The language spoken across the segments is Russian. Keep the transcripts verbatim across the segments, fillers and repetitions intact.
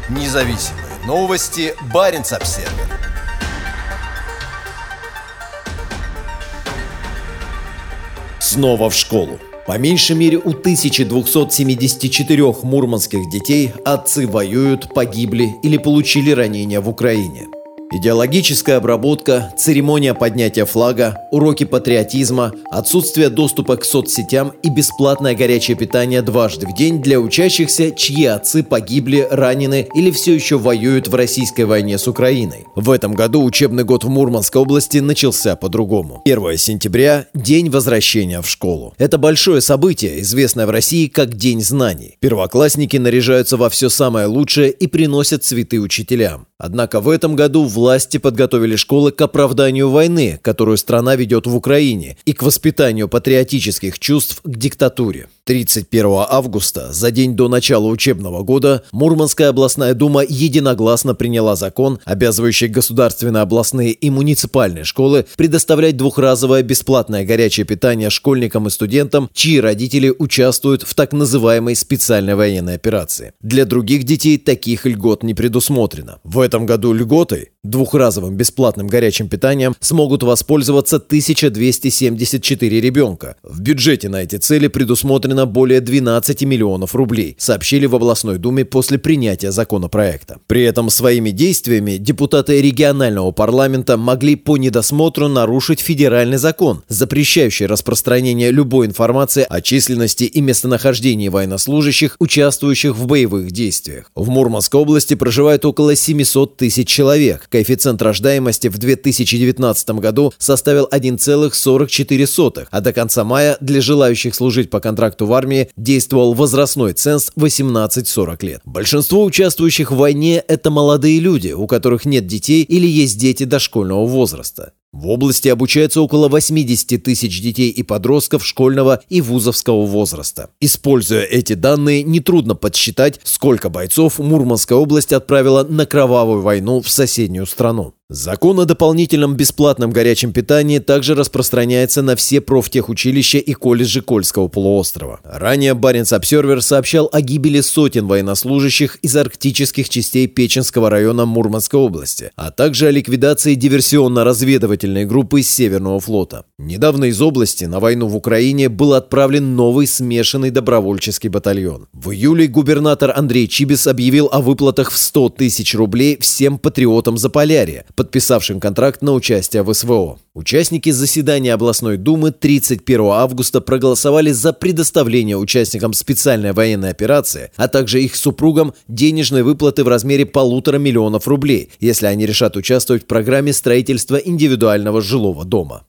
Независимые новости. Баренц-Обсервер. Снова в школу. По меньшей мере у тысячи двухсот семидесяти четырёх мурманских детей отцы воюют, погибли или получили ранения в Украине. Идеологическая обработка, церемония поднятия флага, уроки патриотизма, отсутствие доступа к соцсетям и бесплатное горячее питание дважды в день для учащихся, чьи отцы погибли, ранены или все еще воюют в российской войне с Украиной. В этом году учебный год в Мурманской области начался по-другому. первое сентября – день возвращения в школу. Это большое событие, известное в России как День знаний. Первоклассники наряжаются во все самое лучшее и приносят цветы учителям. Однако в этом году власти подготовили школы к оправданию войны, которую страна ведет в Украине, и к воспитанию патриотических чувств к диктатуре. тридцать первого августа, за день до начала учебного года, Мурманская областная дума единогласно приняла закон, обязывающий государственные областные и муниципальные школы предоставлять двухразовое бесплатное горячее питание школьникам и студентам, чьи родители участвуют в так называемой специальной военной операции. Для других детей таких льгот не предусмотрено. В этом году льготой, двухразовым бесплатным горячим питанием, смогут воспользоваться тысяча двести семьдесят четыре ребенка. В бюджете на эти цели предусмотрено более двенадцати миллионов рублей, сообщили в областной думе после принятия законопроекта. При этом своими действиями депутаты регионального парламента могли по недосмотру нарушить федеральный закон, запрещающий распространение любой информации о численности и местонахождении военнослужащих, участвующих в боевых действиях. В Мурманской области проживает около семисот тысяч человек. Коэффициент рождаемости в две тысячи девятнадцатом году составил один целых сорок четыре сотых, а до конца мая для желающих служить по контракту в армии действовал возрастной ценз восемнадцать сорок лет. Большинство участвующих в войне – это молодые люди, у которых нет детей или есть дети дошкольного возраста. В области обучается около восьмидесяти тысяч детей и подростков школьного и вузовского возраста. Используя эти данные, нетрудно подсчитать, сколько бойцов Мурманская область отправила на кровавую войну в соседнюю страну. Закон о дополнительном бесплатном горячем питании также распространяется на все профтехучилища и колледжи Кольского полуострова. Ранее Баренц-Обсервер сообщал о гибели сотен военнослужащих из арктических частей Печенского района Мурманской области, а также о ликвидации диверсионно-разведывательной группы Северного флота. Недавно из области на войну в Украине был отправлен новый смешанный добровольческий батальон. В июле губернатор Андрей Чибис объявил о выплатах в сто тысяч рублей всем патриотам Заполярья, подписавшим контракт на участие в СВО. Участники заседания областной думы тридцать первого августа проголосовали за предоставление участникам специальной военной операции, а также их супругам денежной выплаты в размере полутора миллионов рублей, если они решат участвовать в программе строительства индивидуального жилого дома.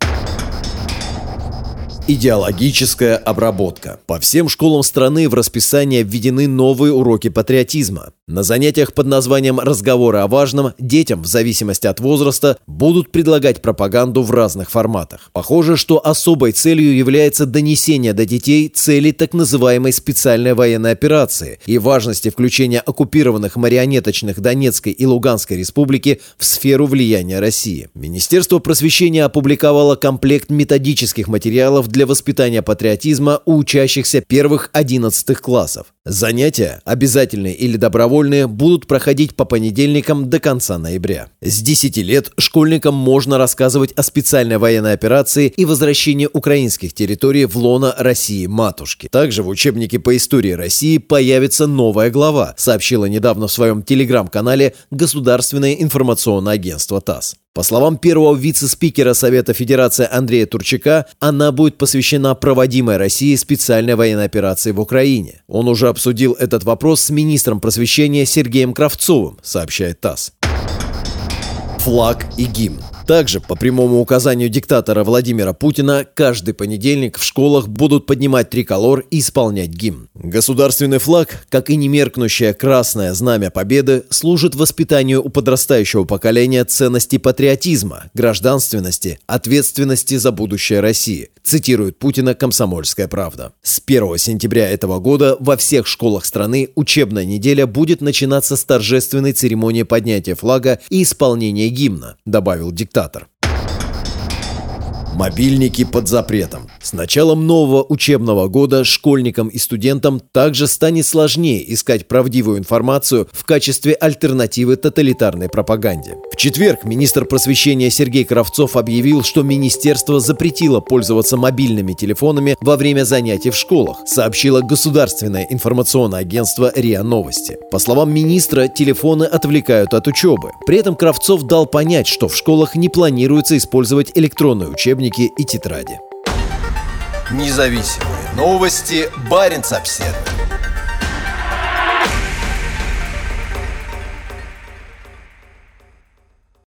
Идеологическая обработка. По всем школам страны в расписание введены новые уроки патриотизма. На занятиях под названием «Разговоры о важном» детям, в зависимости от возраста, будут предлагать пропаганду в разных форматах. Похоже, что особой целью является донесение до детей цели так называемой специальной военной операции и важности включения оккупированных марионеточных Донецкой и Луганской республики в сферу влияния России. Министерство просвещения опубликовало комплект методических материалов для воспитания патриотизма у учащихся первых-одиннадцатых классов. Занятия, обязательные или добровольные, будут проходить по понедельникам до конца ноября. С десяти лет школьникам можно рассказывать о специальной военной операции и возвращении украинских территорий в лоно России-матушки. Также в учебнике по истории России появится новая глава, сообщило недавно в своем телеграм-канале Государственное информационное агентство ТАСС. По словам первого вице-спикера Совета Федерации Андрея Турчака, она будет посвящена проводимой Россией специальной военной операции в Украине. Он уже обсудил этот вопрос с министром просвещения Сергеем Кравцовым, сообщает ТАСС. Флаг и гимн. Также, по прямому указанию диктатора Владимира Путина, каждый понедельник в школах будут поднимать триколор и исполнять гимн. Государственный флаг, как и немеркнущее красное знамя победы, служит воспитанию у подрастающего поколения ценностей патриотизма, гражданственности, ответственности за будущее России, цитирует Путина «Комсомольская правда». С первого сентября этого года во всех школах страны учебная неделя будет начинаться с торжественной церемонии поднятия флага и исполнения гимна, добавил диктатор. Мобильники под запретом. С началом нового учебного года школьникам и студентам также станет сложнее искать правдивую информацию в качестве альтернативы тоталитарной пропаганде. В четверг министр просвещения Сергей Кравцов объявил, что министерство запретило пользоваться мобильными телефонами во время занятий в школах, сообщило государственное информационное агентство РИА Новости. По словам министра, телефоны отвлекают от учебы. При этом Кравцов дал понять, что в школах не планируется использовать электронные учебники и тетради. Независимые новости. Баренц-Обседный.